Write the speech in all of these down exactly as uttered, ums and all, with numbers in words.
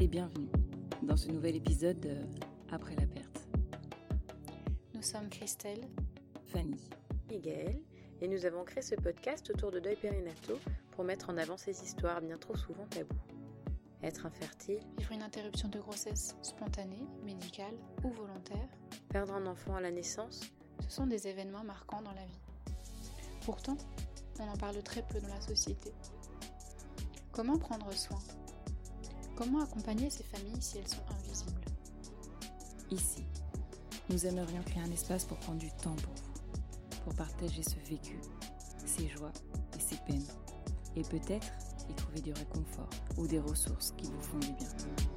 et bienvenue dans ce nouvel épisode de Après la perte. Nous sommes Christelle, Fanny et Gaëlle, et nous avons créé ce podcast autour de deuil périnataux pour mettre en avant ces histoires bien trop souvent taboues. Être infertile, vivre une interruption de grossesse spontanée, médicale ou volontaire, perdre un enfant à la naissance, ce sont des événements marquants dans la vie. Pourtant, on en parle très peu dans la société. Comment prendre soin ? Comment accompagner ces familles si elles sont invisibles ? Ici, nous aimerions créer un espace pour prendre du temps pour vous, pour partager ce vécu, ses joies et ses peines, et peut-être y trouver du réconfort ou des ressources qui vous font du bien.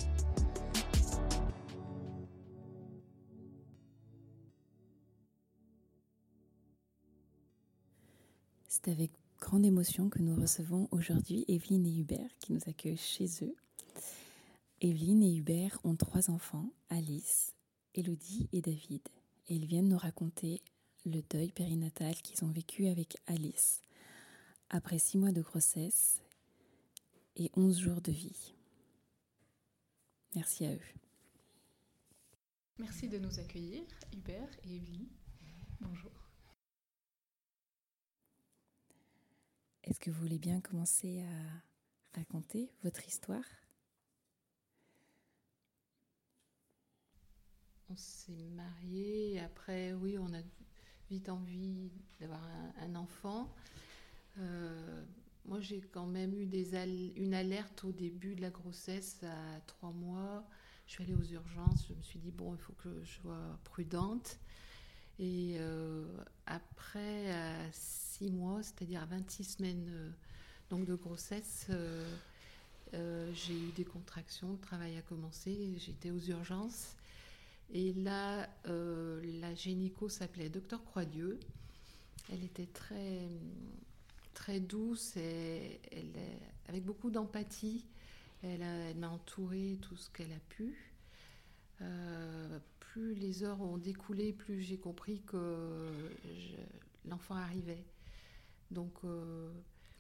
C'est avec grande émotion que nous recevons aujourd'hui Evelyne et Hubert qui nous accueillent chez eux. Evelyne et Hubert ont trois enfants, Alice, Elodie et David. Et ils viennent nous raconter le deuil périnatal qu'ils ont vécu avec Alice après six mois de grossesse et onze jours de vie. Merci à eux. Merci de nous accueillir, Hubert et Evelyne. Bonjour. Est-ce que vous voulez bien commencer à raconter votre histoire ? On s'est mariés et après, oui, on a vite envie d'avoir un, un enfant. Euh, moi, j'ai quand même eu des al- une alerte au début de la grossesse à trois mois. Je suis allée aux urgences, je me suis dit, bon, il faut que je sois prudente. Et euh, après, à six mois, c'est-à-dire à vingt-six semaines euh, donc de grossesse, euh, euh, j'ai eu des contractions, le travail a commencé, j'étais aux urgences. Et là, euh, la gynéco s'appelait Docteur Croix-Dieu. Elle était très, très douce, et elle, avec beaucoup d'empathie. Elle, a, elle m'a entourée tout ce qu'elle a pu. Euh, plus les heures ont découlé, plus j'ai compris que je, l'enfant arrivait. Donc, euh,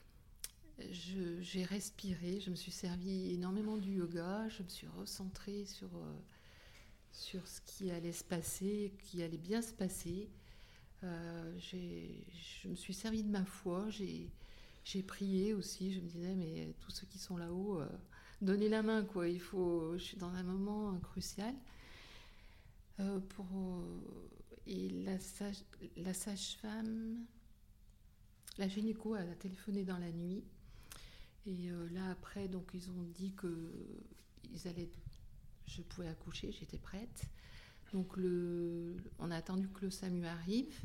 je, j'ai respiré, je me suis servi énormément du yoga, je me suis recentrée sur, euh, sur ce qui allait se passer, qui allait bien se passer. Euh, j'ai, je me suis servi de ma foi, j'ai, j'ai prié aussi, je me disais, mais tous ceux qui sont là-haut, euh, donnez la main, quoi. Il faut, je suis dans un moment crucial. Euh, pour, et la, sage, la sage-femme, la gynéco a téléphoné dans la nuit. Et euh, là, après, donc, ils ont dit que ils allaient, je pouvais accoucher, j'étais prête. Donc, le, on a attendu que le SAMU arrive.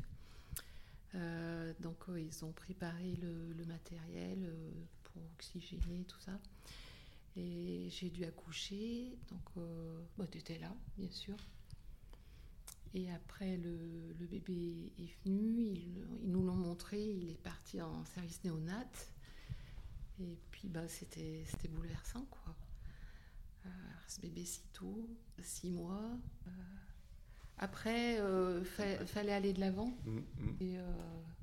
Euh, donc, euh, ils ont préparé le, le matériel euh, pour oxygéner, tout ça. Et j'ai dû accoucher. Donc, euh, bah, tu étais là, bien sûr. Et après, le, le bébé est venu, ils, ils nous l'ont montré, il est parti en service néonat. Et puis, bah, c'était, c'était bouleversant, quoi. Euh, ce bébé si tôt, six mois. Euh, après, il euh, fa- fallait aller de l'avant. Mmh, mmh. Et euh,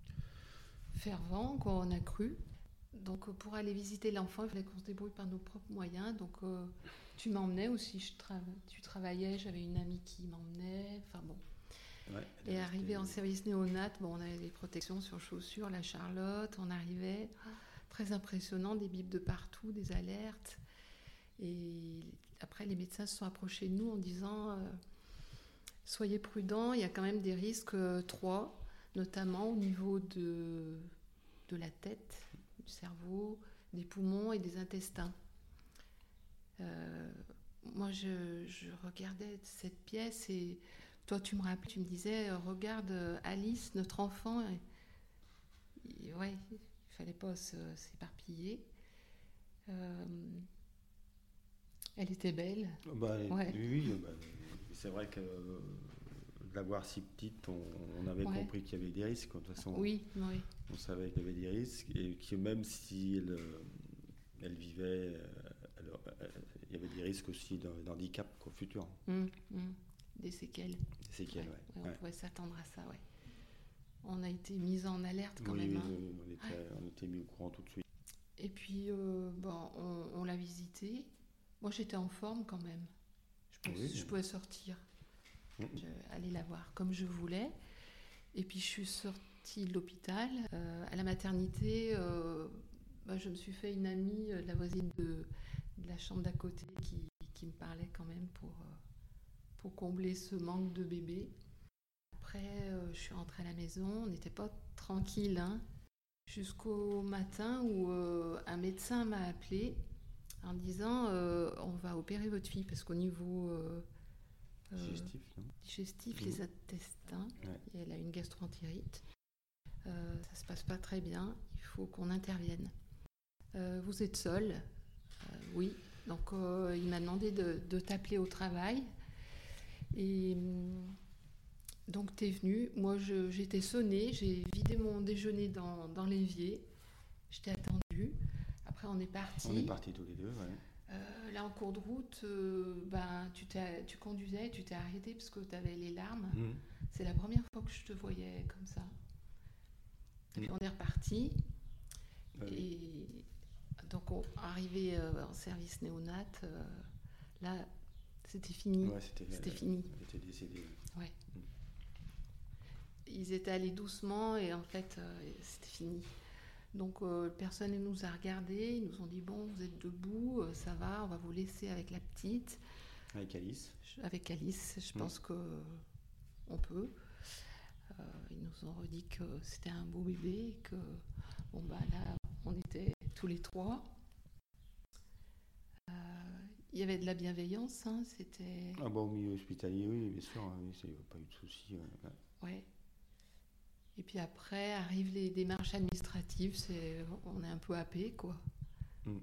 fervent, quoi, on a cru. Donc, pour aller visiter l'enfant, il fallait qu'on se débrouille par nos propres moyens. Donc, euh, tu m'emmenais aussi, je tra- tu travaillais, j'avais une amie qui m'emmenait. Enfin bon. Ouais, et arrivé en service néonat, bon, on avait des protections sur chaussures, la Charlotte, on arrivait. Très impressionnant, des bips de partout, des alertes. Et après, les médecins se sont approchés de nous en disant euh, soyez prudents, il y a quand même des risques euh, trois, notamment au niveau de, de la tête, du cerveau, des poumons et des intestins. Euh, moi, je, je regardais cette pièce et toi, tu me rappelais, tu me disais regarde Alice, notre enfant. Et, et, ouais, il fallait pas se, s'éparpiller. Euh, elle était belle. Bah, ouais. Oui, bah, c'est vrai que euh, de la voir si petite, on, on avait ouais. compris qu'il y avait des risques. De toute façon, oui, oui. on savait qu'il y avait des risques et que même si elle, elle vivait, elle, elle, il y avait des risques aussi d'handicap au futur. Mmh, mmh. Des séquelles. Des séquelles, ouais. oui. Ouais, on ouais. pouvait s'attendre à ça, ouais. On a été mis en alerte quand oui, même. Hein. On, était, ouais. on était mis au courant tout de suite. Et puis, euh, bon, on, on l'a visité. moi, j'étais en forme quand même. Je pouvais, Oui, je oui. pouvais sortir, Mmh. je, aller la voir comme je voulais. Et puis, je suis sortie de l'hôpital. Euh, à la maternité, euh, bah, je me suis fait une amie, euh, de la voisine de, de la chambre d'à côté qui, qui me parlait quand même pour, euh, pour combler ce manque de bébé. Après, euh, je suis rentrée à la maison. On n'était pas tranquille, hein, jusqu'au matin où euh, un médecin m'a appelée en disant euh, on va opérer votre fille parce qu'au niveau euh, euh, Digestif, non digestif, Mmh. les intestins, Ouais. et elle a une gastroentérite. Euh, ça se passe pas très bien, il faut qu'on intervienne. Euh, vous êtes seule? Euh, Oui. Donc euh, il m'a demandé de, de t'appeler au travail. Et hum, donc t'es venue. Moi je, j'étais sonnée, j'ai vidé mon déjeuner dans, dans l'évier. Je t'ai attendue. Après on est parti. On est partis tous les deux, ouais. Euh, là en cours de route, euh, ben, tu, t'es, tu conduisais, tu t'es arrêté parce que tu avais les larmes. Mmh. C'est la première fois que je te voyais comme ça. Et puis Mm. on est reparti. Ouais, oui. Et donc on arrivé euh, en service néonat, euh, là c'était fini. Ouais, c'était, C'était euh, fini. Elle était décédée. Ouais. Mm. Ils étaient allés doucement et en fait euh, c'était fini. Donc euh, personne ne nous a regardés, ils nous ont dit bon vous êtes debout, euh, ça va, on va vous laisser avec la petite. Avec Alice. Je- Avec Alice, je Mm. pense que on peut. Euh, ils nous ont redit que c'était un beau bébé et que bon bah là on était tous les trois. Euh, Il y avait de la bienveillance, hein, c'était Ah bah au milieu hospitalier, oui, bien sûr, hein, oui, il n'y a pas eu de souci. Ouais, ouais. ouais. Et puis après arrivent les démarches administratives, c'est on est un peu happé quoi. Mm.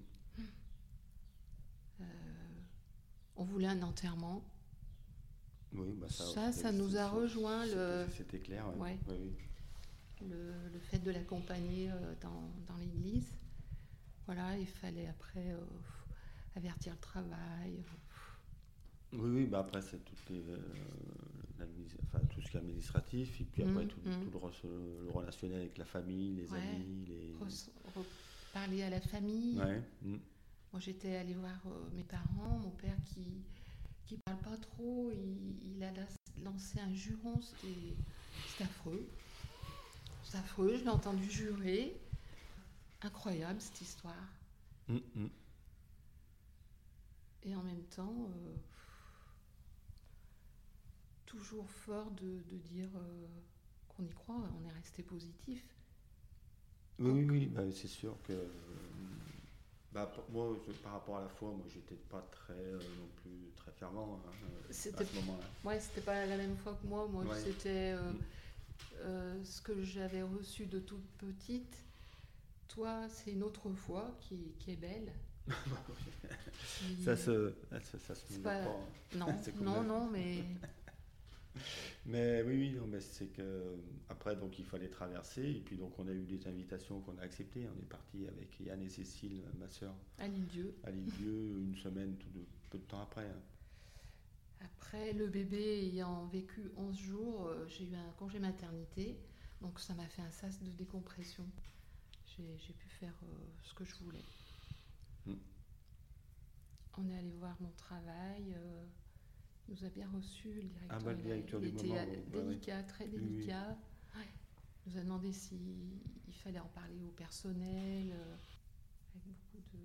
Euh, on voulait un enterrement. Oui, bah ça, Ça, c'était- ça nous a c'était- rejoint, c'était- le- C'était clair, ouais. Ouais. Ouais, oui. Le, le fait de l'accompagner euh, dans, dans l'église. Voilà, il fallait après euh, avertir le travail. Oui, oui, bah après, c'est toutes les, euh, l'adminis- enfin, tout ce qui est administratif, et puis après, Mm, tout, mm. tout le, re- le relationnel avec la famille, les Ouais. amis, les... Re- re- parler à la famille. Ouais. Mm. Moi, j'étais allée voir euh, mes parents, mon père qui qui parle pas trop, il, il a las- lancé un juron, c'était c'était affreux. C'est affreux, je l'ai entendu jurer. Incroyable cette histoire. Mm, mm. Et en même temps, euh, toujours fort de, de dire euh, qu'on y croit, on est resté positif. Oui, oui, oui, bah, c'est sûr que... euh, Bah, pour- moi, je- par rapport à la foi, moi, j'étais pas très, euh, non plus très fervent, hein, euh, à C'était- ce moment-là. Ouais, c'était pas la même fois que moi. Moi, Ouais. c'était euh, Mm. euh, ce que j'avais reçu de toute petite. Toi, c'est une autre foi qui, qui est belle. Qui- Ça se, ça, se- ça se C'est mesure pas- pas. Non, c'est comme non, la- non, mais Mais oui, oui, non, mais c'est que après donc il fallait traverser et puis donc on a eu des invitations qu'on a acceptées. On est parti avec Yann et Cécile, ma sœur, à l'île-dieu. à l'île-dieu une semaine, tout de, peu de temps après. hein. Après, le bébé ayant vécu onze jours, euh, j'ai eu un congé maternité. Donc, ça m'a fait un sas de décompression. J'ai, j'ai pu faire euh, ce que je voulais. Mm. On est allé voir mon travail. euh, il nous a bien reçus, le directeur. Ah bah, le il a- directeur il du était moment, euh, oui, ouais, délicat, très Oui, oui. délicat. Ouais. Il nous a demandé s'il fallait en parler au personnel, euh, avec beaucoup de...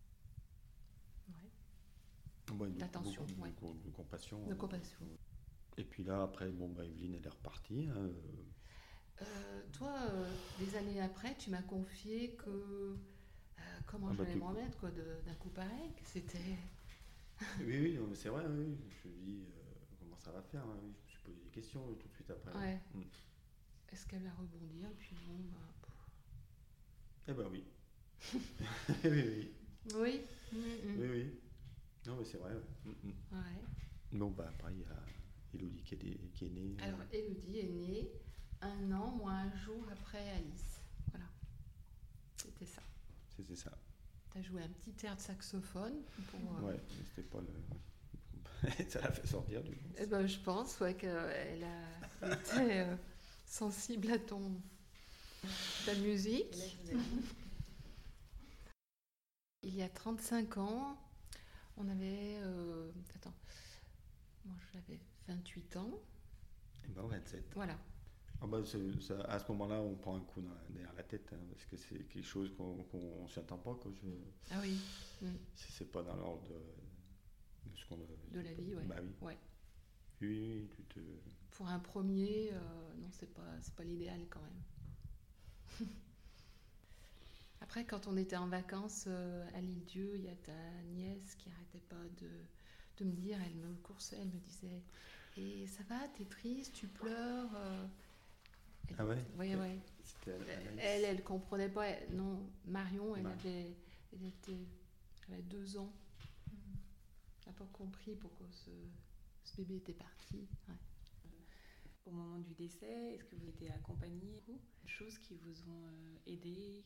Ouais, Bon, beaucoup- L'attention, beaucoup ouais. de, de compassion. de euh. compassion. Et puis là après bon bah Evelyne elle est repartie. hein, euh, Euh, toi, euh, des années après, tu m'as confié que euh, comment Ah bah, j'allais tu- me remettre quoi, de- d'un coup pareil, que c'était... Oui, oui, non, mais c'est vrai, oui. Je me dis, euh, comment ça va faire hein, oui, je me suis posé des questions euh, tout de suite après. Ouais. Mm. Est-ce qu'elle va rebondir? Et puis bon, bah... pff. Eh ben oui. oui, oui, Oui. Mm, mm. oui, oui. Non, mais c'est vrai. Ouais. Mm, mm. Ouais. Donc, bah, après, il y a Élodie qui est, née- qui est née. Alors, Élodie est née un an, moins un jour après Alice. Voilà. C'était ça. C'était ça. Tu as joué un petit air de saxophone pour... euh, Ouais, mais c'était pas le. Ça l'a fait sortir du coup. Eh ben, je pense ouais, qu'elle a été euh, sensible à ton ta musique. Il y a trente-cinq ans, On avait... Euh, attends, moi j'avais vingt-huit ans. Et ben vingt-sept. Voilà. Ah bah, c'est, ça, à ce moment-là, on prend un coup dans- derrière la tête, hein, parce que c'est quelque chose qu'on qu'on, on s'y attend pas. Quoi. Je, Ah oui. Mm. c'est, c'est pas dans l'ordre de, de ce qu'on a. De la vie, ouais. Bah oui. Ouais. Oui, oui, tu te... Pour un premier, euh, non, c'est pas, c'est pas l'idéal quand même. Après, quand on était en vacances euh, à l'Île-Dieu, il y a ta nièce qui arrêtait pas de, de me dire, elle me coursait, elle me disait « Et ça va, t'es triste, tu pleures euh... ?» Elle- Ah ouais Ouais, ouais. C'était Anaïs. Elle, elle comprenait pas. Elle- non, Marion, elle Ouais. avait, elle était, elle avait deux ans. Elle n'a pas compris pourquoi ce, ce bébé était parti. Ouais. Au moment du décès, est-ce que vous étiez accompagnés? Des choses qui vous ont euh, aidé?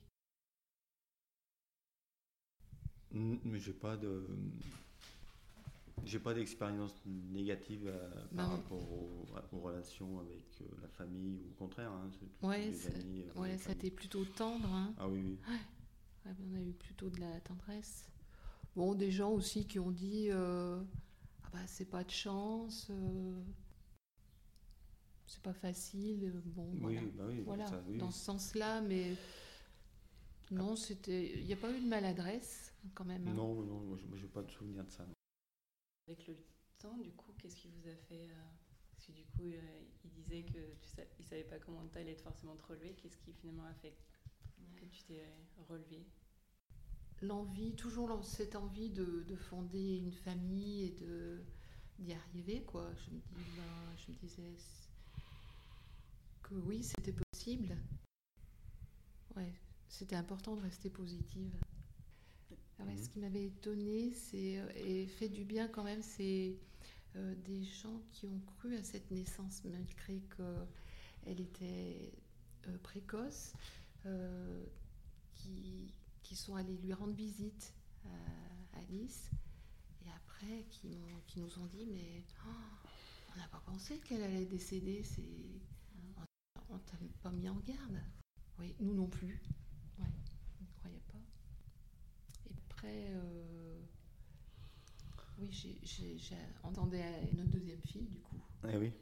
Mm, Mais j'ai pas de. J'ai pas d'expérience négative euh, par Non. rapport au- aux relations avec euh, la famille, ou au contraire, hein, c'est tous Ouais, les c'est- amis. euh, ouais, les ça a familles. été plutôt tendre. Hein. Ah oui, oui. Ouais, on a eu plutôt de la tendresse. Bon, des gens aussi qui ont dit euh, ah bah c'est pas de chance, euh, c'est pas facile. Bon, Oui, voilà. bah oui, Voilà, ça, oui. dans ce sens-là, mais non, c'était, il n'y a pas eu de maladresse quand même. Hein. Non, non, moi, je n'ai pas de souvenir de ça. non. Avec le temps, du coup, qu'est-ce qui vous a fait euh, Parce que du coup, euh, il disait que tu sais, il savait pas comment tu allais forcément te relever. Qu'est-ce qui finalement a fait que tu t'es relevé? L'envie, toujours l'en- cette envie de, de fonder une famille et de d'y arriver, quoi. Je me dis, ben, je me disais que oui, c'était possible. Ouais, c'était important de rester positive. Ah ouais, Mhm. Ce qui m'avait étonnée, c'est euh, et fait du bien quand même, c'est euh, des gens qui ont cru à cette naissance malgré qu'elle était euh, précoce, euh, qui, qui sont allés lui rendre visite à Alice et après qui, m'ont- qui nous ont dit mais oh, on n'a pas pensé qu'elle allait décéder, c'est, on, on t'a pas mis en garde. Oui, nous non plus. Ouais, on ne croyait pas. Et après, euh, oui, j'ai, j'ai, j'ai entendu notre deuxième fille du coup, Eh oui.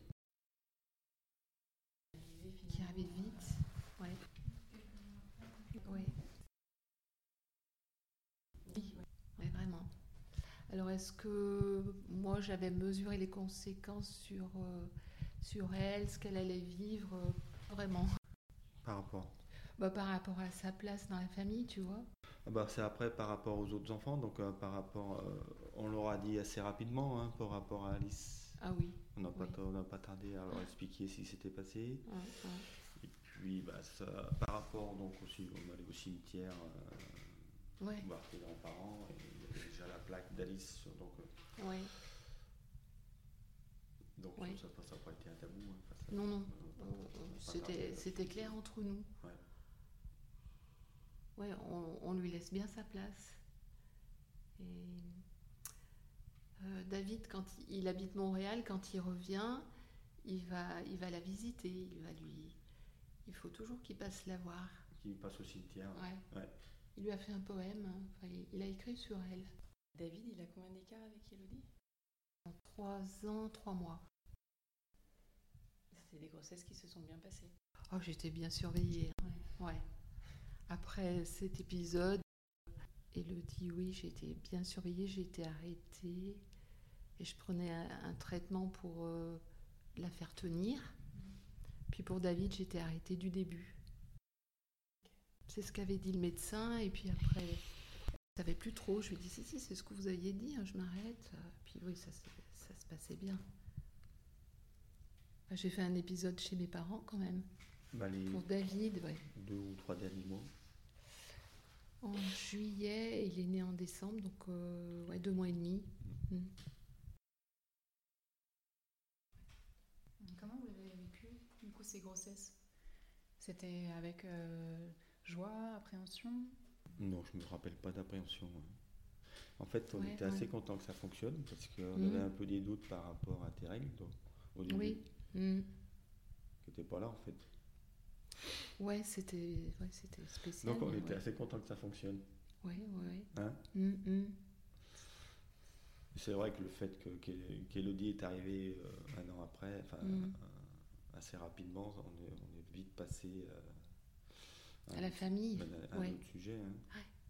qui arrivait vite. Ouais. Ouais. Oui, ouais, vraiment. Alors, est-ce que moi, j'avais mesuré les conséquences sur, euh, sur elle, ce qu'elle allait vivre euh, Vraiment. Par rapport. Bah, par rapport à sa place dans la famille, tu vois. Ah bah, c'est après par rapport aux autres enfants, donc euh, par rapport, euh, on leur a dit assez rapidement hein, par rapport à Alice. Ah oui. On n'a pas, Oui. ta- on n'a pas tardé à leur expliquer ce qui s'était passé. Ouais, ouais. Et puis bah, ça, par rapport donc aussi, on allait au cimetière euh, Ouais, voir les grands-parents et il y avait déjà la plaque d'Alice, sur- donc euh, ouais. donc Ouais. ça n'a pas été un tabou. hein. Enfin, ça- Non, non. on n'a pas- On- on n'a on- pas C'était, tardé à c'était expliquer. clair entre nous. Ouais. Ouais, on, on lui laisse bien sa place. Et euh, David, quand il, il habite Montréal, quand il revient, il va, il va la visiter. Il va lui, il faut toujours qu'il passe la voir. Qui passe au cimetière. Ouais. Ouais. Il lui a fait un poème. Enfin, il, il a écrit sur elle. David, il a combien d'écart avec Elodie? En trois ans, trois mois. C'est des grossesses qui se sont bien passées. Oh, j'étais bien surveillée. Ouais. Ouais. Après cet épisode, Elodie, oui, j'ai été bien surveillée, j'ai été arrêtée et je prenais un, un traitement pour euh, la faire tenir. Puis pour David, j'étais arrêtée du début. C'est ce qu'avait dit le médecin et puis après, je ne savais plus trop. Je lui ai dit, si, si, c'est ce que vous aviez dit, hein, je m'arrête. Puis oui, ça, se- ça se passait bien. Enfin, j'ai fait un épisode chez mes parents quand même. Bah, les Pour David, ouais. deux ou trois derniers mois. En juillet, il est né en décembre, donc euh, ouais, deux mois et demi. Mm. Comment vous avez vécu, du coup, ces grossesses? C'était avec euh, joie, appréhension? Non, je me rappelle pas d'appréhension. hein. En fait, on Ouais, était assez ouais. content que ça fonctionne parce qu'on Mhm. avait un peu des doutes par rapport à tes règles donc, au début, Oui. Mm. qui n'étaient pas là en fait. Ouais, c'était ouais, c'était spécial. Donc on mais était ouais. assez content que ça fonctionne. Ouais, ouais, ouais. Hein Mm, mm. C'est vrai que le fait que, qu'Élodie est arrivée euh, un an après, enfin, Mm. euh, assez rapidement, on est, on est vite passé euh, À la famille, à, à ouais. un autre sujet. Hein.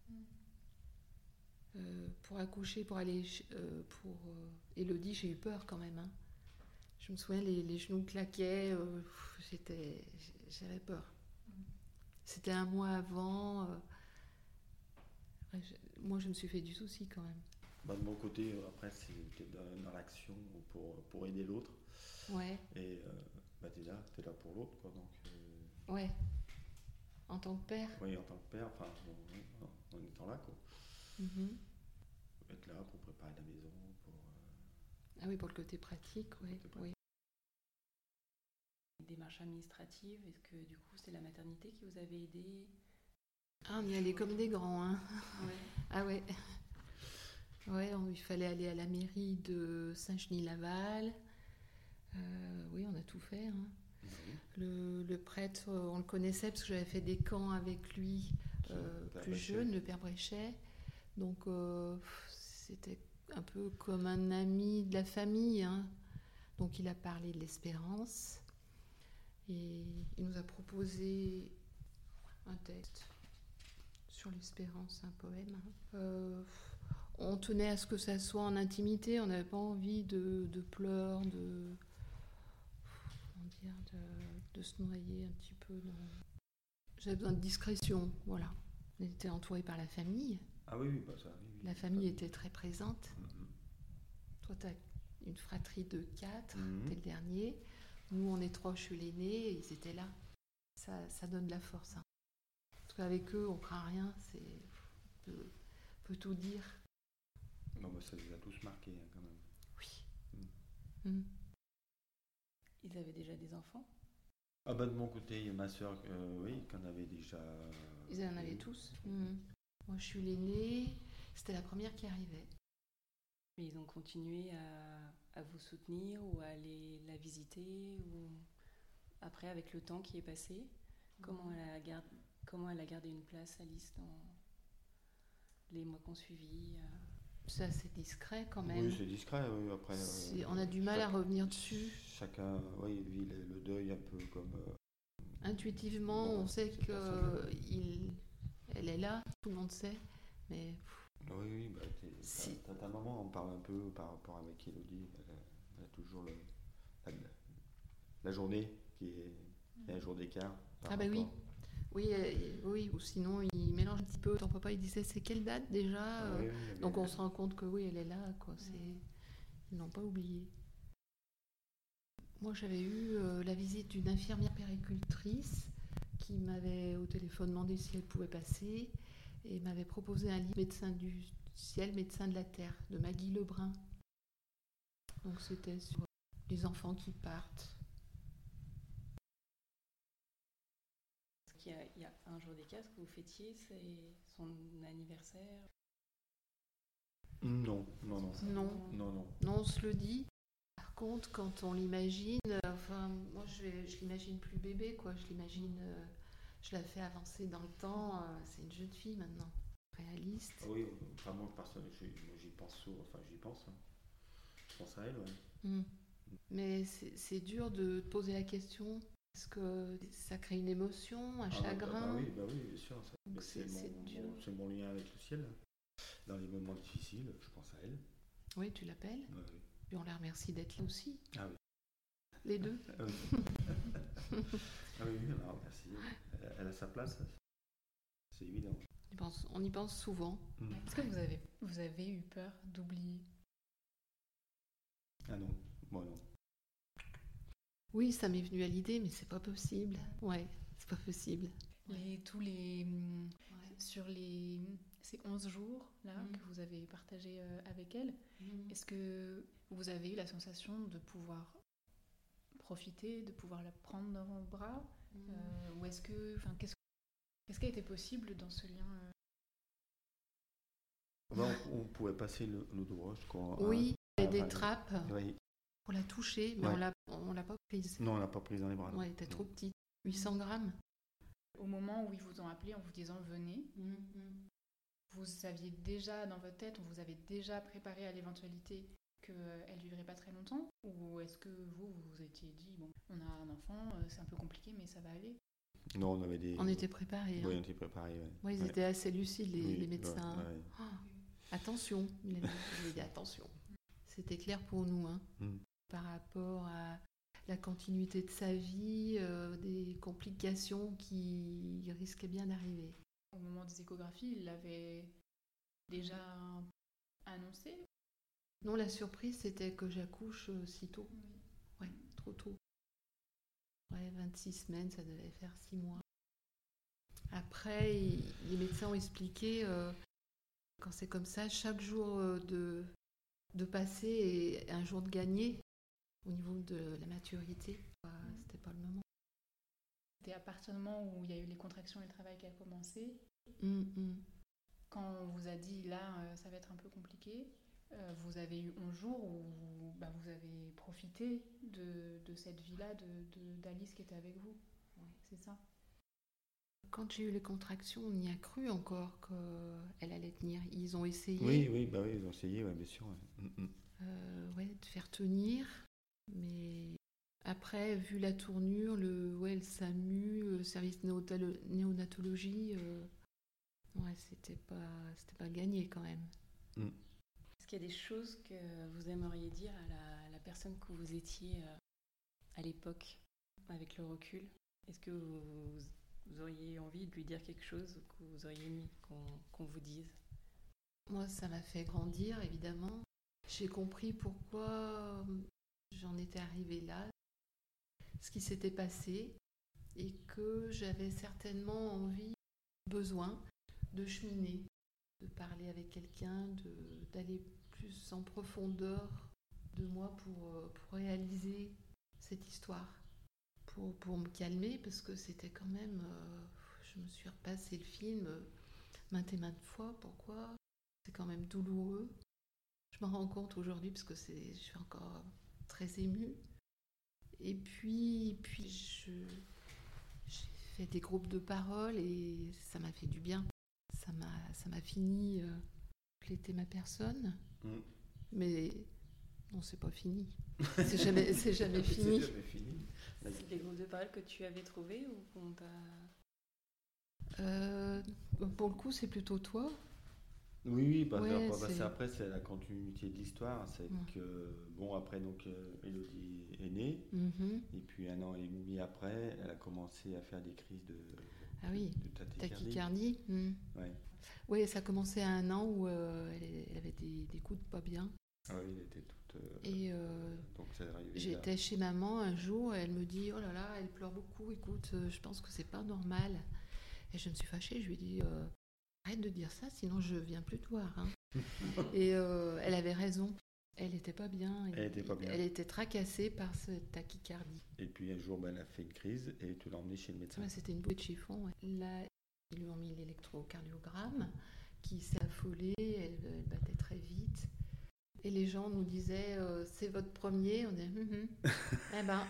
Euh, pour accoucher, pour aller ch- euh, pour euh, Élodie, j'ai eu peur quand même. Hein. Je me souviens, les, les genoux claquaient, euh, pff, j'étais, j'avais peur. C'était un mois avant. euh, ouais, je- moi, je me suis fait du souci quand même. Bah, de mon côté, euh, après, c'était dans, dans l'action pour, pour aider l'autre. Ouais, Et euh, bah, t'es là, t'es là pour l'autre. Quoi, donc, euh, ouais. En tant que père. oui, en tant que père, enfin, en, en- en étant là, quoi. Mhm. Être là pour préparer la maison, pour... euh, Ah oui, pour le côté pratique, oui. Côté pratique. oui. Démarche administrative, est-ce que du coup c'est la maternité qui vous avait aidé? Ah, on y allait comme des grands, hein. Ouais. Ah ouais. Ouais, on- il fallait aller à la mairie de Saint-Genis-Laval. Euh, oui, on a tout fait. Hein. oui. Le, le prêtre, euh, on le connaissait parce que j'avais fait des camps avec lui euh, Père plus Bréchet. jeune, le père Bréchet. Donc euh, c'était un peu comme un ami de la famille. Hein. Donc il a parlé de l'espérance et il nous a proposé un texte sur l'espérance, un poème. Hein. Euh, on tenait à ce que ça soit en intimité, on n'avait pas envie de, de pleurs, de, comment dire, de, de se noyer un petit peu. Dans... J'avais besoin de discrétion, voilà. On était entourés par la famille. Ah oui, oui, bah ça, oui, oui. La famille était très présente. Mhm. Toi, tu as une fratrie de quatre, Mhm. t'es le dernier. Nous, on est trois, je suis l'aîné, et ils étaient là. Ça, ça donne de la force. Hein. Parce qu'avec eux, on craint rien, c'est... on peut, on peut tout dire. Non, bah, ça les a tous marqués, hein, quand même. Oui. Mm. Mm. Ils avaient déjà des enfants? Ah bah de mon côté, il y a ma soeur, euh, oui, qui en avait déjà... Ils en avaient tous. Mm. Moi, je suis l'aînée. C'était la première qui arrivait. Mais ils ont continué à, à vous soutenir ou à aller la visiter ou... Après, avec le temps qui est passé, comment elle a gardé, comment elle a gardé une place, Alice, dans les mois qu'on suivit euh... C'est assez discret quand même. Oui, c'est discret, oui, après... C'est- euh, on a du mal chaque- à revenir dessus. Chacun, oui, vit le, le deuil un peu comme... euh, Intuitivement, Bon, on sait c'est personnel. qu'elle est là, tout le monde sait. Mais Oui, oui, bah, t'es- Si. ta, ta maman en parle un peu par rapport avec Élodie. Elle, a- elle a toujours le, la, la journée qui est... Il y a un jour d'écart. par Ah bah oui. rapport- oui, euh, oui, ou sinon il mélange un petit peu. Ton papa il disait c'est quelle date déjà Ah, euh, oui, oui, mais- Donc on se rend compte que oui, elle est là, quoi. C'est... Ils n'ont pas oublié. Moi, j'avais eu euh, la visite d'une infirmière péricultrice qui m'avait au téléphone demandé si elle pouvait passer et m'avait proposé un livre Médecin du ciel, médecin de la terre de Maggie Lebrun. Donc c'était sur les enfants qui partent. Est-ce qu'il y a, il y a un jour d'écart, ce que vous fêtiez, c'est son anniversaire? Non, non, non. Non, Non, non. non, on se le dit. Par contre, quand on l'imagine, euh, enfin, moi je, vais- je l'imagine plus bébé, quoi. Je l'imagine, euh, je la fais avancer dans le temps. euh, c'est une jeune fille maintenant, réaliste. Ah oui, enfin moi, personnellement, j'y moi, j'y pense souvent, enfin j'y pense. Hein. Je pense à elle, ouais. Mm. Mais c'est, c'est dur de te poser la question. Est-ce que ça crée une émotion, un Ah, chagrin? bah, bah oui, bah oui, bien sûr. ça- Donc bah, c'est, c'est- mon, c'est dur. mon- c'est mon lien avec le ciel. Dans les moments difficiles, je pense à elle. Oui, tu l'appelles. Ouais, oui. Puis on la remercie d'être là aussi. Ah oui. Les deux. Ah oui, ah oui, oui, alors, merci. Elle, elle a sa place, c'est évident. On y pense, on y pense souvent. Mm. Est-ce que vous avez, vous avez eu peur d'oublier? Ah non, moi non. Oui, ça m'est venu à l'idée, mais c'est pas possible. Ouais, c'est pas possible. Les, tous les, hum, Ouais. sur les, ces onze jours là Mm. que vous avez partagé euh, avec elle, est-ce que vous avez eu la sensation de pouvoir profiter, de pouvoir la prendre dans vos bras euh, ou est-ce que, enfin, qu'est-ce, qu'est-ce qui a été possible dans ce lien euh Bah, on, on pouvait passer le, le doigt, je crois. Oui, il y a des enfin, trappes Oui. pour la toucher, mais Ouais. on l'a, on l'a pas prise. Non, on l'a pas prise dans les bras. non. Ouais, elle était Non. trop petite. huit cents grammes. Au moment où ils vous ont appelé en vous disant venez, Vous saviez déjà dans votre tête, vous avez déjà préparé à l'éventualité qu'elle ne vivrait pas très longtemps? Ou est-ce que vous, vous vous étiez dit, bon, on a un enfant, c'est un peu compliqué, mais ça va aller? Non, on avait des... On était préparés. Oui, hein. on était préparés, ouais. Ouais, ils ouais. étaient assez lucides, les, Oui, les médecins. ouais, ouais. Oh, attention, il avait, il avait dit attention. C'était clair pour nous, hein, Mm. par rapport à la continuité de sa vie, euh, des complications qui risquaient bien d'arriver. Au moment des échographies, il l'avait déjà annoncé? Non, la surprise, c'était que j'accouche euh, si tôt. Oui. Ouais, trop tôt. Ouais, vingt-six semaines, ça devait faire six mois. Après, il, les médecins ont expliqué, euh, quand c'est comme ça, chaque jour euh, de, de passer est un jour de gagner au niveau de la maturité. Euh, c'était pas le moment. C'était à partir du moment où il y a eu les contractions et le travail qui a commencé, Mm, mm. quand on vous a dit là, euh, ça va être un peu compliqué, euh, vous avez eu onze jours où vous, bah, vous avez profité de, de cette vie-là de, de, d'Alice qui était avec vous. Ouais. C'est ça? Quand j'ai eu les contractions, on y a cru encore qu'elle allait tenir. Ils ont essayé Oui, oui, bah oui, ils ont essayé, ouais, bien sûr. Ouais. Mm, mm. euh, ouais, de faire tenir, mais après, vu la tournure, le, ouais, le SAMU, le service néotalo- néonatologie, euh, ouais, c'était pas, c'était pas gagné quand même. Mm. Est-ce qu'il y a des choses que vous aimeriez dire à la, à la personne que vous étiez euh, à l'époque, avec le recul? Est-ce que vous, vous auriez envie de lui dire quelque chose ou que vous auriez aimé qu'on, qu'on vous dise? Moi, ça m'a fait grandir, évidemment. J'ai compris pourquoi j'en étais arrivée là, ce qui s'était passé, et que j'avais certainement envie, besoin de cheminer, de parler avec quelqu'un, de, d'aller plus en profondeur de moi pour, pour réaliser cette histoire, pour, pour me calmer, parce que c'était quand même... Euh, je me suis repassé le film euh, maintes et maintes fois. Pourquoi? C'est quand même douloureux. Je m'en rends compte aujourd'hui parce que c'est, je suis encore très émue. Et puis, puis je, j'ai fait des groupes de parole et ça m'a fait du bien. Ça m'a, ça m'a fini euh, compléter ma personne. Mm. Mais non, c'est pas fini. C'est jamais, c'est jamais fini. C'est jamais fini. C'est des groupes de parole que tu avais trouvés ou qu'on t'a... Euh, pour le coup, c'est plutôt toi. Oui, oui, bah, Ouais, bah, bah, c'est- c'est après, c'est la continuité de l'histoire. C'est Ouais. que, bon, après, donc, euh, Élodie est née, Mhm. et puis un an et demi après, elle a commencé à faire des crises de, Ah oui, de tachycardie. tachycardie. Mm. Ouais. Oui, ça a commencé à un an où euh, elle, elle avait des, des coups de pas bien. Ah oui, elle était toute. euh, Et euh, donc, ça arrivait là. j'étais chez maman un jour et elle me dit oh là là, elle pleure beaucoup, écoute, euh, je pense que c'est pas normal. Et je me suis fâchée, je lui ai dit euh, arrête de dire ça, sinon je viens plus te voir. Hein. Et euh, elle avait raison, elle était pas bien. Elle était pas bien. Elle était tracassée par cette tachycardie. Et puis un jour, ben, elle a fait une crise et tu l'as emmenée chez le médecin. Ouais, c'était une bouée de chiffon. Ouais. Là, ils lui ont mis l'électrocardiogramme qui s'est affolée, elle, elle battait très vite. Et les gens nous disaient euh, c'est votre premier. On disait hum, hum. Eh ben.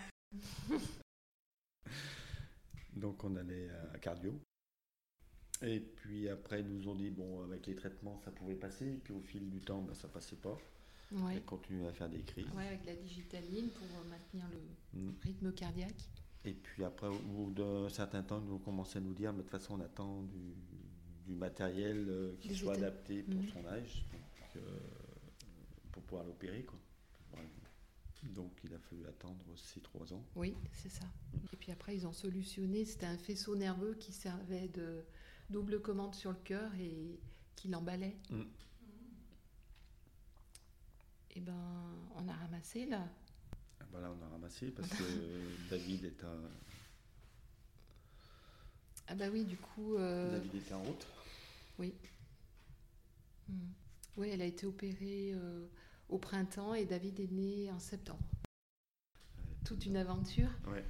Donc on allait à cardio. Et puis après, ils nous ont dit, bon, avec les traitements, ça pouvait passer. Et puis au fil du temps, ben, ça passait pas. Ouais. Elle continuait à faire des crises. Ouais, avec la digitaline pour maintenir le Mm. rythme cardiaque. Et puis après, au bout d'un certain temps, ils ont commencé à nous dire, mais de toute façon, on attend du, du matériel euh, qui Des soit états- adapté pour Mhm. son âge, donc, euh, pour pouvoir l'opérer, quoi. Ouais. Donc il a fallu attendre ces trois ans. Oui, c'est ça. Et puis après, ils ont solutionné. C'était un faisceau nerveux qui servait de double commande sur le cœur et qui l'emballait. Mm. Et ben, on a ramassé là. Ah ben là, on a ramassé parce que David est à, Ah bah oui, du coup. euh, David était en route. Oui. Mm. Oui, elle a été opérée euh, au printemps et David est né en septembre. Toute une aventure. Ouais.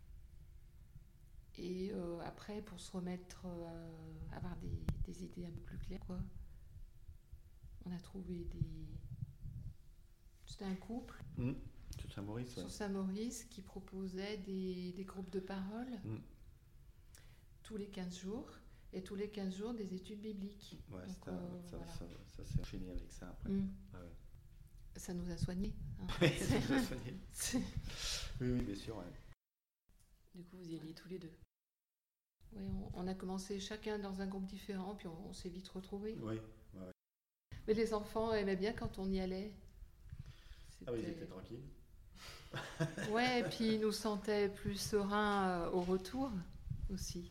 Et euh, après, pour se remettre, euh, avoir des, des idées un peu plus claires, quoi, on a trouvé des... C'était un couple Mm. Sur Saint-Maurice, ouais. sur Saint-Maurice qui proposait des, des groupes de parole Mm. tous les quinze jours. et tous les quinze jours des études bibliques. Ouais, Donc, ça, euh, ça, voilà. ça, ça s'est enchaîné avec ça après. Mm. Ah ouais. Ça nous a soignés. Hein. Oui, ça nous a soigné. C'est- Oui, oui, bien sûr. Ouais. Du coup, vous y alliez tous les deux. Ouais, on, on a commencé chacun dans un groupe différent, puis on, on s'est vite retrouvés. Oui, ouais, ouais. Mais les enfants aimaient bien quand on y allait. Ah oui, ils C'était- étaient tranquilles. Ouais, et puis ils nous sentaient plus sereins euh, au retour aussi.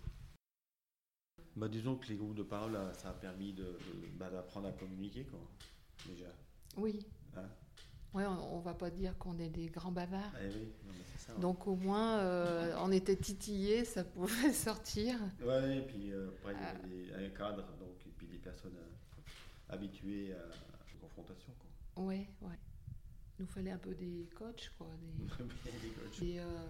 Bah, disons que les groupes de parole, là, ça a permis de, de- bah, d'apprendre à communiquer, quoi, déjà. Oui. Hein. Ouais, on, on va pas dire qu'on est des grands bavards. Ah, oui, non, mais c'est ça. Ouais. Donc au moins, euh, on était titillés, ça pouvait sortir. Ouais, et puis euh, après, il y avait des, un cadre, donc, et puis des personnes euh, habituées à la confrontation, quoi. Ouais, ouais. Il nous fallait un peu des coachs, quoi. Des, Des coachs. des, euh,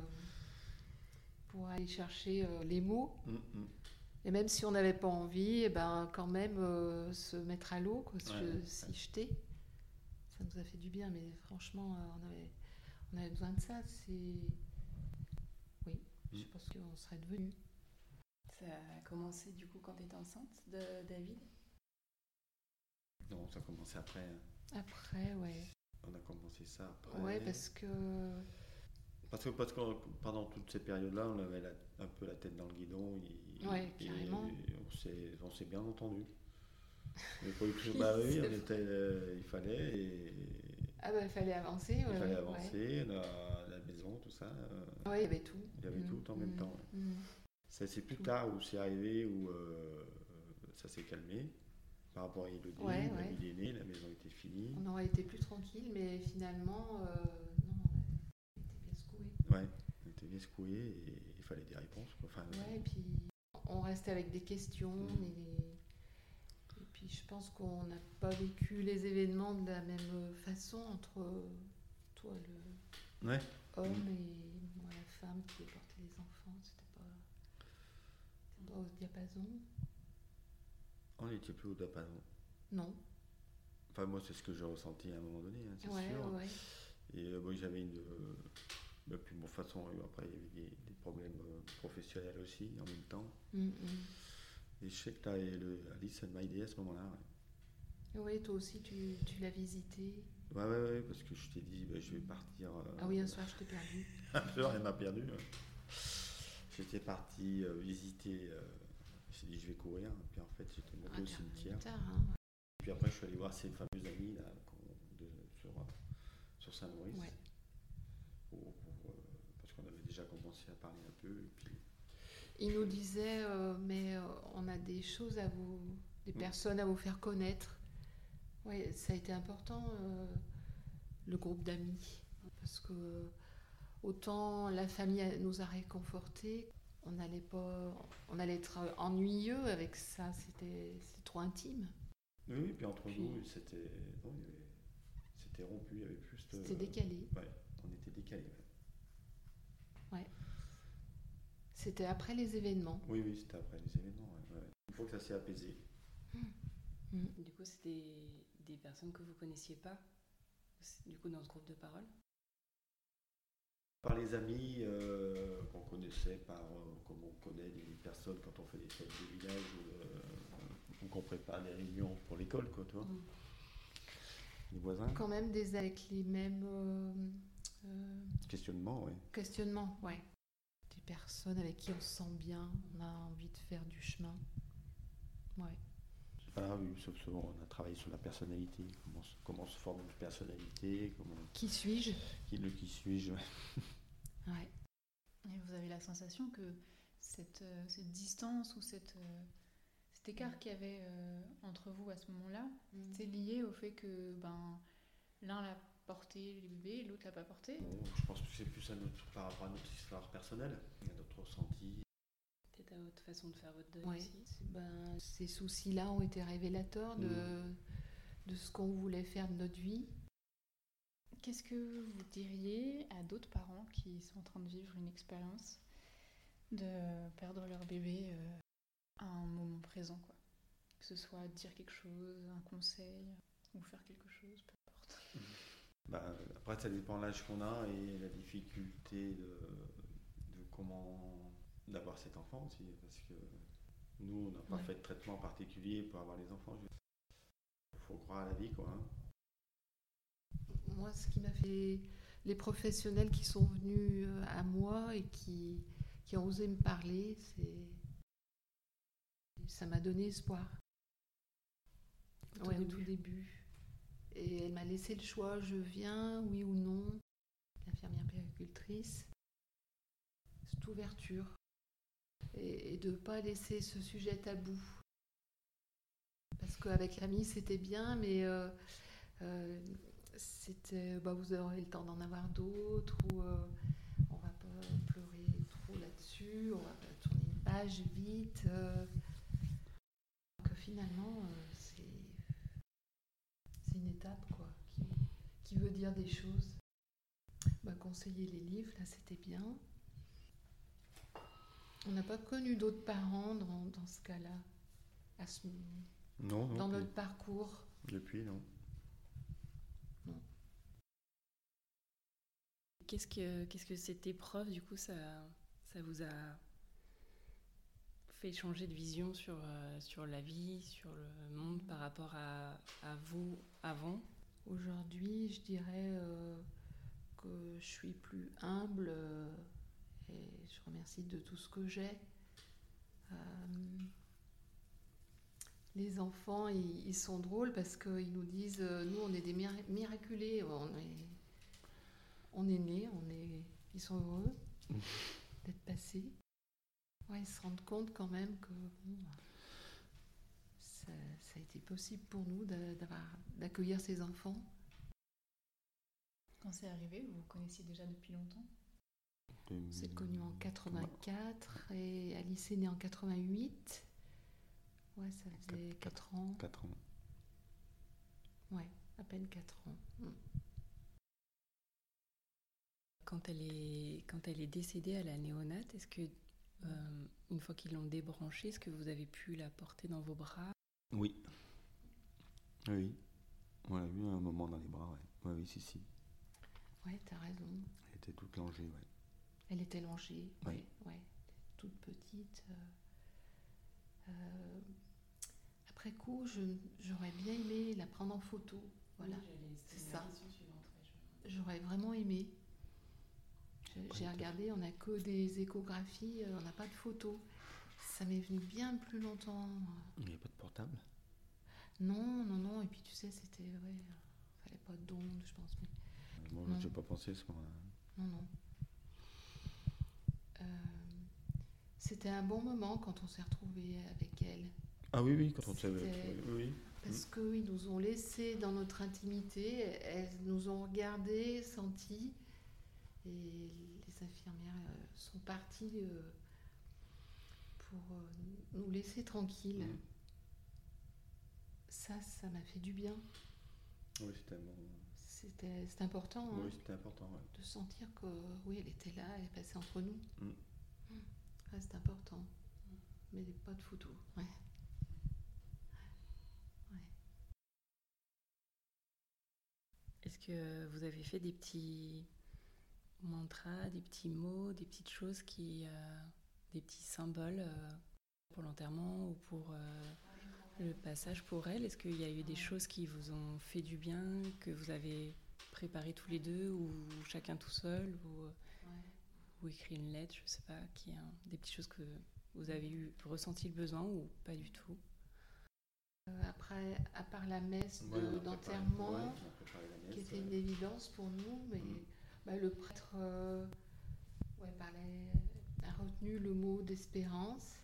pour aller chercher euh, les mots. Mm, mm. Et même si on n'avait pas envie, eh ben, quand même euh, se mettre à l'eau, quoi, se- Ouais, s'y ouais. jeter. Ça nous a fait du bien, mais franchement, euh, on avait, on avait besoin de ça. C'est... Oui, je pense qu'on serait devenus. Ça a commencé du coup quand tu étais enceinte de David. Non, ça a commencé après. hein. Après, ouais. On a commencé ça après. Ouais, parce que... Parce que, parce que pendant toutes ces périodes-là, on avait la- un peu la tête dans le guidon. Et, Ouais, et carrément. on s'est, on s'est bien entendu. Mais pas eu tout- bah oui, on était, euh, il fallait. Et, Ah bah, il fallait avancer. il ouais, fallait ouais, avancer, la, la maison, tout ça. euh, Ouais, Ouais, il y avait tout. il y avait Mm, tout en même mm, temps. ouais. mm. Ça, c'est plus Tout. tard où c'est arrivé, où euh, ça s'est calmé. Par rapport à Elodie, Ouais, ouais. David est né, la maison était finie. On aurait été plus tranquille, mais finalement, euh, non, on était bien secoués. Ouais, on était bien secoués et il fallait des réponses. quoi. Enfin, Ouais, et puis on restait avec des questions. Mm. Et, et puis je pense qu'on n'a pas vécu les événements de la même façon entre toi, le ouais. homme, Mm. et moi, la femme qui portait les enfants. C'était pas, c'était pas au diapason. On n'était plus au diapason. Non. Enfin, moi, c'est ce que j'ai ressenti à un moment donné, hein, c'est Ouais, sûr. ouais. Et euh, bon, j'avais une. Euh, bah, puis bon, de toute façon, euh, après, il y avait des, des problèmes euh, professionnels aussi en même temps. Mm, mm. Et je sais que t'as, le, Alice, elle m'a aidé à ce moment-là. Ouais, Oui, toi aussi, tu, tu l'as visité. ouais, ouais, ouais, parce que je t'ai dit, bah, je vais partir. euh, Ah oui, un soir, je t'ai perdu. Un peu, elle m'a perdu. ouais. J'étais parti euh, visiter. Euh, j'ai dit, je vais courir. Puis en fait, j'étais monté Ah, au t'es revenu cimetière. tard, hein. Puis après, je suis allé voir ces fameux amis là, qu'on- de, sur, euh, sur Saint-Maurice. Ouais. Pour- pour, euh, parce qu'on avait déjà commencé à parler un peu. Et puis, Il nous disait, euh, mais euh, on a des choses à vous, des Mm. personnes à vous faire connaître. Oui, ça a été important, euh, le groupe d'amis. Parce que autant la famille a- nous a réconfortés, on n'allait pas, on allait être ennuyeux avec ça, c'était, c'était trop intime. oui, oui, puis entre Puis- nous, c'était, non, il y avait- c'était rompu, il y avait plus de. C'était décalé. Ouais, on était décalé. Ouais. C'était après les événements. Oui, oui, c'était après les événements. Ouais, ouais. Une fois que ça s'est apaisé. Mm. Du coup, c'était des personnes que vous connaissiez pas, du coup, dans ce groupe de parole. Par les amis euh, qu'on connaissait, par euh, comme on connaît des personnes quand on fait des fêtes de village ou, euh, ou qu'on prépare des réunions pour l'école, quoi, tu vois. Mm. Les voisins. Quand même des avec les mêmes euh, euh, Questionnement, oui. questionnements, ouais. Des personnes avec qui on se sent bien, on a envie de faire du chemin. Ouais. Ah oui, sauf que on a travaillé sur la personnalité, comment, se- comment se forme une personnalité, comment, Qui suis-je? qui, le qui suis-je. ouais. Ouais. Et vous avez la sensation que cette, euh, cette distance ou cette, euh, cet écart qu'il y avait euh, entre vous à ce moment-là, c'est lié au fait que ben, l'un l'a porté les bébés, l'autre l'a pas porté. Bon, je pense que c'est plus à notre, par rapport à notre histoire personnelle, à notre ressenti. Peut-être à votre façon de faire votre deuil Ouais. aussi. C'est- Ben, ces soucis-là ont été révélateurs de, Mm. de ce qu'on voulait faire de notre vie. Qu'est-ce que vous diriez à d'autres parents qui sont en train de vivre une expérience de perdre leur bébé euh, à un moment présent, quoi. Que ce soit dire quelque chose, un conseil, ou faire quelque chose, peu importe. Bah, après, ça dépend de l'âge qu'on a et la difficulté de, de comment d'avoir cet enfant aussi, parce que Nous, on n'a pas Ouais. fait de traitement particulier pour avoir les enfants. Il faut croire à la vie, quoi. Hein. Moi, ce qui m'a fait, les professionnels qui sont venus euh, à moi et qui, qui ont osé me parler, c'est, ça m'a donné espoir. Au tout Ouais, au début. tout début. Et elle m'a laissé le choix, je viens, oui ou non. L'infirmière puéricultrice, cette ouverture. Et, et de ne pas laisser ce sujet tabou. Parce qu'avec l'ami, c'était bien, mais euh, euh, c'était, bah, vous aurez le temps d'en avoir d'autres, ou euh, on va pas pleurer trop là-dessus, on va pas tourner une page vite. Euh, que finalement, euh, c'est, c'est une étape, quoi, qui, qui veut dire des choses. Bah, conseiller les livres, là, c'était bien. On n'a pas connu d'autres parents dans, dans ce cas-là, à ce, Non, non. dans puis- notre parcours. Depuis, non. Qu'est-ce que, qu'est-ce que cette épreuve, du coup, ça, ça vous a fait changer de vision sur, euh, sur la vie, sur le monde par rapport à, à vous avant? Aujourd'hui, je dirais euh, que je suis plus humble euh, et je remercie de tout ce que j'ai. Euh, les enfants, ils, ils sont drôles parce qu'ils nous disent, euh, nous, on est des mira- miraculés, on est, on est nés, on est, ils sont heureux d'être passés. Ouais, ils se rendent compte quand même que bon, ça, ça a été possible pour nous d'a- d'avoir, d'accueillir ces enfants. Quand c'est arrivé, vous vous connaissiez déjà depuis longtemps? On s'est connus en quatre-vingt-quatre et Alice est née en quatre-vingt-huit. Ouais, ça faisait quatre ans. quatre ans. Ouais, à peine quatre ans. Mm. Quand elle est, quand elle est décédée à la néonate, est-ce que, euh, une fois qu'ils l'ont débranchée, est-ce que vous avez pu la porter dans vos bras? Oui. Oui. On l'a vu un moment dans les bras, ouais. Oui, oui, si, si. Ouais, t'as raison. Elle était toute langée, ouais. Elle était langée. Oui. Ouais, ouais. Toute petite. euh, euh, Après coup, je- j'aurais bien aimé la prendre en photo. Voilà, c'est ça. J'aurais vraiment aimé. Je- Après, J'ai t'as- regardé, on n'a que des échographies, euh, on n'a pas de photos. Ça m'est venu bien plus longtemps. Il n'y a pas de portable. Non, non, non. Et puis tu sais, c'était, ouais, euh, fallait pas d'onde, je pense. Mais Moi, Non. j'ai pas pensé à ce moment-là. non, non. Euh, C'était un bon moment quand on s'est retrouvés avec elle, Ah oui, oui, quand on s'est... C'était- Oui, oui. parce qu'ils nous ont laissés dans notre intimité. Elles nous ont regardés, sentis, et les infirmières euh, sont parties euh, pour euh, nous laisser tranquilles. Mhm. Ça, ça m'a fait du bien. Oui, c'était un bon... C'était, c'est important, hein, Oui, c'était important, ouais. de sentir que oui, elle était là, elle est passée entre nous. Mm. Ouais, c'est important. Mais pas de photos. Ouais. Ouais. Est-ce que vous avez fait des petits mantras, des petits mots, des petites choses qui, euh, des petits symboles euh, pour l'enterrement ou pour euh, le passage pour elle? Est-ce qu'il y a eu des choses qui vous ont fait du bien, que vous avez préparé tous les deux ou chacun tout seul, ou, Ouais. ou écrit une lettre, je sais pas, qui est un- des petites choses que vous avez eu, ressenti le besoin ou pas du tout? Euh, après, à part la messe de- Ouais, on a préparé- d'enterrement, ouais, on a préparé la qui messe, était ouais. une évidence pour nous, mais Mm. bah, le prêtre euh, ouais, parlait, a retenu le mot d'espérance.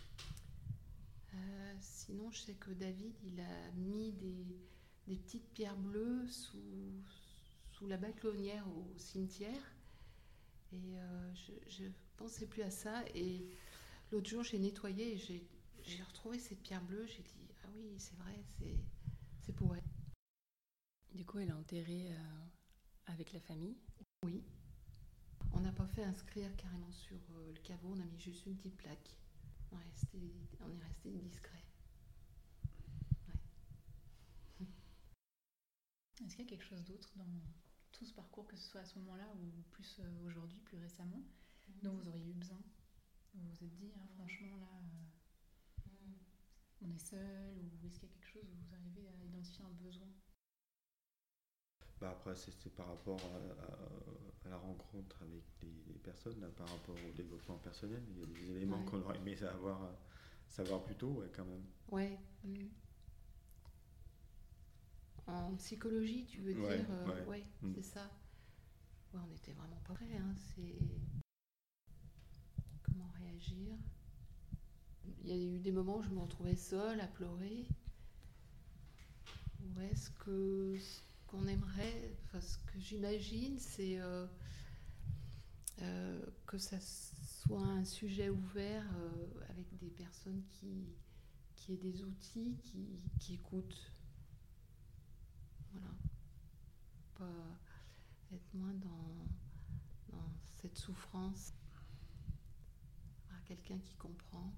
Euh, sinon, je sais que David, il a mis des, des petites pierres bleues sous, sous la bâclonnière au cimetière. Et euh, je ne pensais plus à ça. Et l'autre jour, j'ai nettoyé et j'ai, j'ai retrouvé cette pierre bleue. J'ai dit, ah oui, c'est vrai, c'est, c'est pour elle. Du coup, elle est enterrée euh, avec la famille. Oui. On n'a pas fait inscrire carrément sur euh, le caveau, on a mis juste une petite plaque. On est resté, on est resté discret. Ouais. Est-ce qu'il y a quelque chose d'autre dans tout ce parcours, que ce soit à ce moment-là ou plus euh, aujourd'hui, plus récemment, dont vous auriez eu besoin? Vous vous êtes dit, hein, franchement, là, euh, on est seul, ou est-ce qu'il y a quelque chose où vous arrivez à identifier un besoin? Bah après, c'est, c'est par rapport à, à- à la rencontre avec les, les personnes, là, par rapport au développement personnel. Il y a des éléments Ouais. qu'on aurait aimé savoir, euh, savoir plus tôt, ouais, quand même. Ouais. mm. En psychologie, tu veux Ouais, dire euh, ouais. ouais, Mm. c'est ça. Ouais, on n'était vraiment pas prêts. Hein. C'est comment réagir. Il y a eu des moments où je me retrouvais seule à pleurer. Ou est-ce que ce qu'on aimerait, enfin, ce que j'imagine, c'est euh, euh, que ça soit un sujet ouvert euh, avec des personnes qui, qui aient des outils, qui, qui écoutent. Voilà. Pas être moins dans, dans cette souffrance. Avoir quelqu'un qui comprend,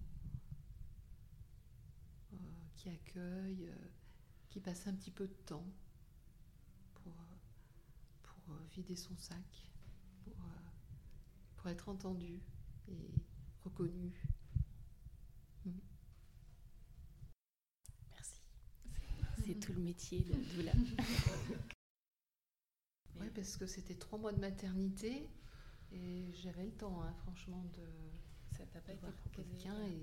euh, qui accueille, euh, qui passe un petit peu de temps pour, euh, pour euh, vider son sac, pour, euh, pour être entendu et reconnu. Mm. Merci. C'est, c'est tout le métier de doula. Ouais, parce que c'était trois mois de maternité et j'avais le temps, hein, franchement, de, Ça t'a pas de été voir proposé quelqu'un. Et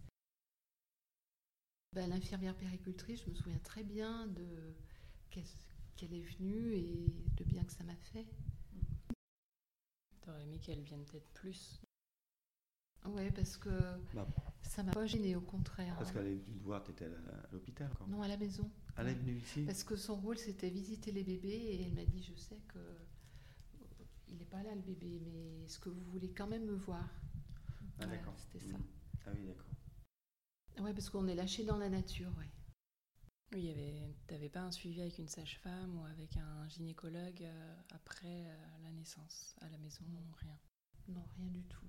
ben, l'infirmière péricultrice, je me souviens très bien de qu'elle, qu'elle est venue et de bien que ça m'a fait. T'aurais aimé qu'elle vienne peut-être plus. Ouais, parce que Bah, ça m'a pas gênée, au contraire. parce hein. qu'elle est venue te voir, tu étais à, la- à l'hôpital encore. Non, à la maison. Elle est venue ici. Parce que son rôle, c'était visiter les bébés et elle m'a dit, je sais que il n'est pas là le bébé, mais est-ce que vous voulez quand même me voir? Ah, Voilà, d'accord. c'était ça. Mm. Ah oui, d'accord. Ouais, parce qu'on est lâché dans la nature, ouais. Oui, il y avait, t'avais pas un suivi avec une sage-femme ou avec un gynécologue euh, après euh, la naissance, à la maison, Non. rien. Non, rien du tout.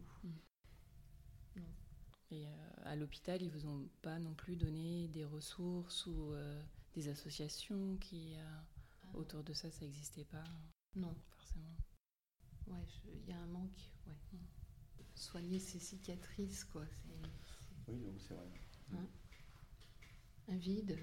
Et euh, à l'hôpital, ils vous ont pas non plus donné des ressources ou euh, des associations qui euh, Ah, autour de ça, ça n'existait pas non, forcément. ouais, je- il y a un manque, ouais. Mm. Soigner ses cicatrices, quoi. C'est, Oui, donc c'est vrai. c'est un vide.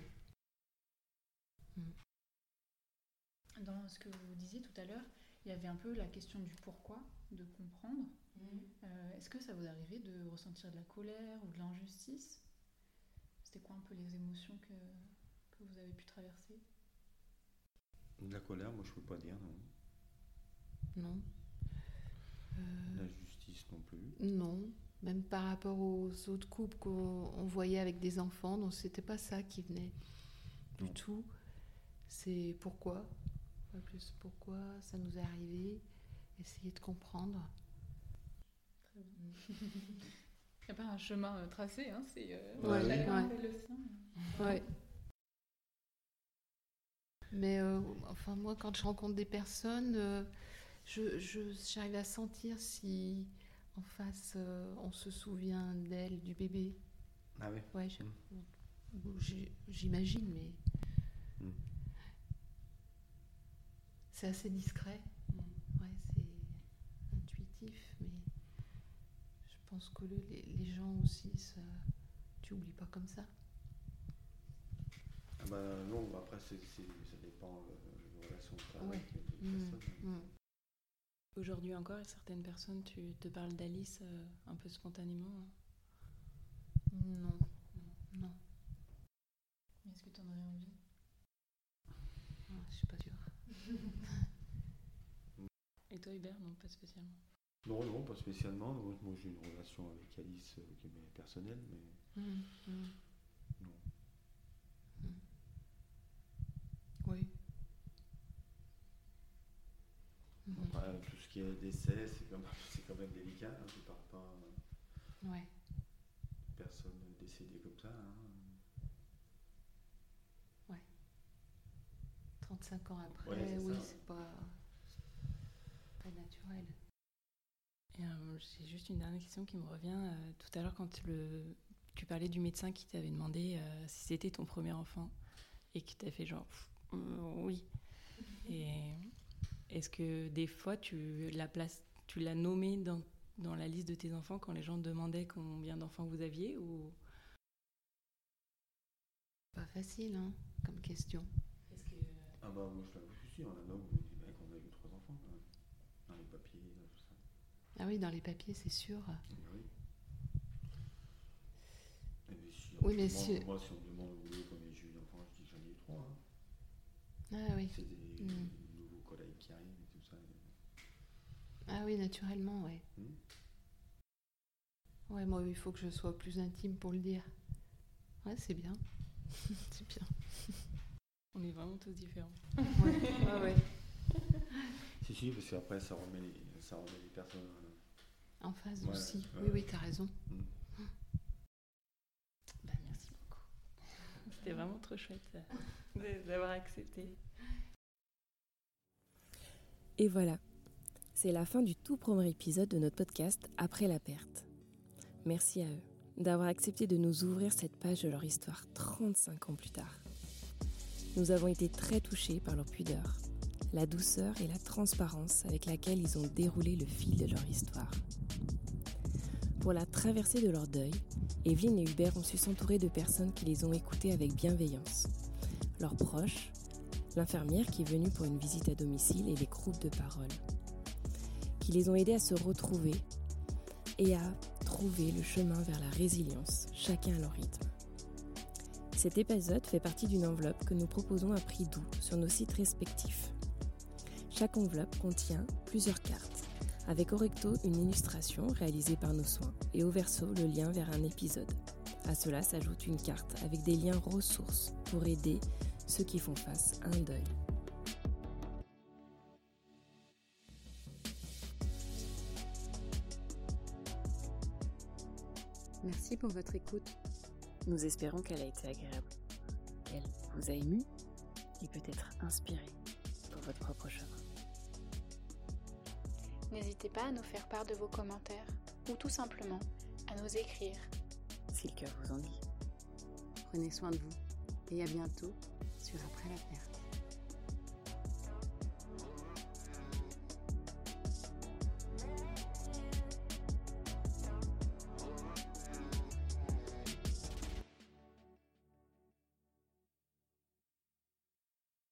Dans ce que vous disiez tout à l'heure, il y avait un peu la question du pourquoi, de comprendre. Euh, est-ce que ça vous arrivait de ressentir de la colère ou de l'injustice? C'était quoi un peu les émotions que, que vous avez pu traverser? De la colère, moi je peux pas dire, non. Non. Euh, La justice non plus. non. Même par rapport aux autres couples qu'on on voyait avec des enfants, donc c'était pas ça qui venait du Non. tout. C'est pourquoi, pas plus pourquoi ça nous est arrivé, essayer de comprendre. Très bien. Il n'y a pas un chemin euh, tracé, hein, c'est euh, Ouais, chacun ouais. fait le sien. Ouais. Mais euh, enfin moi, quand je rencontre des personnes, euh, je, je- j'arrive à sentir si en face euh, on se souvient d'elle, du bébé. Ah oui. Ouais, je- Mm. bon, j'ai- j'imagine, mais Mm. c'est assez discret. Ouais, c'est intuitif, mais je pense que le- les, les gens aussi, ça, tu oublies pas comme ça. Ah bah non, après c'est, c'est, ça dépend euh, de la relation que tu as Ouais. avec les Mm. personnes. Mm. Aujourd'hui encore, certaines personnes, tu te parles d'Alice euh, un peu spontanément. hein. Non, non, Mais est-ce que tu en aurais envie? non, je suis pas sûre. Et toi, Hubert, non, pas spécialement. Non, non, pas spécialement. Moi, moi, j'ai une relation avec Alice euh, qui est personnelle, mais Mm. Mm. non. Oui. Mhm. Après, tout ce qui est décès, c'est quand même, c'est quand même délicat. Hein. Tu parles pas euh, Ouais. de personne décédée comme ça. Hein. trente-cinq ans après, Ouais, c'est oui, ça. c'est pas très naturel. Et, euh, j'ai juste une dernière question qui me revient. euh, tout à l'heure, quand le, tu parlais du médecin qui t'avait demandé euh, si c'était ton premier enfant et qui t'a fait genre pff, euh, oui. Et est-ce que des fois tu la places, tu l'as nommé dans, dans la liste de tes enfants quand les gens te demandaient combien d'enfants vous aviez ou Pas facile, hein, comme question. Est-ce que... Ah bah moi je l'avoue, si, on a un homme, on dit bah, qu'on a eu trois enfants, quand même. Dans les papiers, tout ça. Ah oui, dans les papiers, c'est sûr. Et oui. Et mais si Oui, on mais demande, si- moi si on me demande au boulot combien j'ai eu d'enfants, je dis que j'en ai eu trois. Hein. Ah oui. C'est des Mm. nouveaux collègues qui arrivent et tout ça. Ah oui, naturellement, ouais. Hmm. Ouais, moi, il faut que je sois plus intime pour le dire. Ouais, c'est bien. C'est bien. On est vraiment tous différents. Ouais, ouais, ouais. Si, si, parce qu'après ça remet les, ça remet les personnes. euh, En face Ouais, aussi. ouais. Oui, oui, t'as raison. hmm. Bah, merci beaucoup. C'était vraiment trop chouette de- d'avoir accepté. Et voilà, c'est la fin du tout premier épisode de notre podcast Après la perte. Merci à eux d'avoir accepté de nous ouvrir cette page de leur histoire trente-cinq ans plus tard. Nous avons été très touchés par leur pudeur, la douceur et la transparence avec laquelle ils ont déroulé le fil de leur histoire. Pour la traversée de leur deuil, Evelyne et Hubert ont su s'entourer de personnes qui les ont écoutés avec bienveillance. Leurs proches, l'infirmière qui est venue pour une visite à domicile et les groupes de parole, qui les ont aidés à se retrouver et à trouver le chemin vers la résilience, chacun à leur rythme. Cet épisode fait partie d'une enveloppe que nous proposons à prix doux sur nos sites respectifs. Chaque enveloppe contient plusieurs cartes, avec au recto une illustration réalisée par nos soins et au verso le lien vers un épisode. À cela s'ajoute une carte avec des liens ressources pour aider ceux qui font face à un deuil. Merci pour votre écoute. Nous espérons qu'elle a été agréable, qu'elle vous a ému et peut-être inspiré pour votre propre chemin. N'hésitez pas à nous faire part de vos commentaires ou tout simplement à nous écrire. Si le cœur vous en dit. Prenez soin de vous et à bientôt sur Après la perte.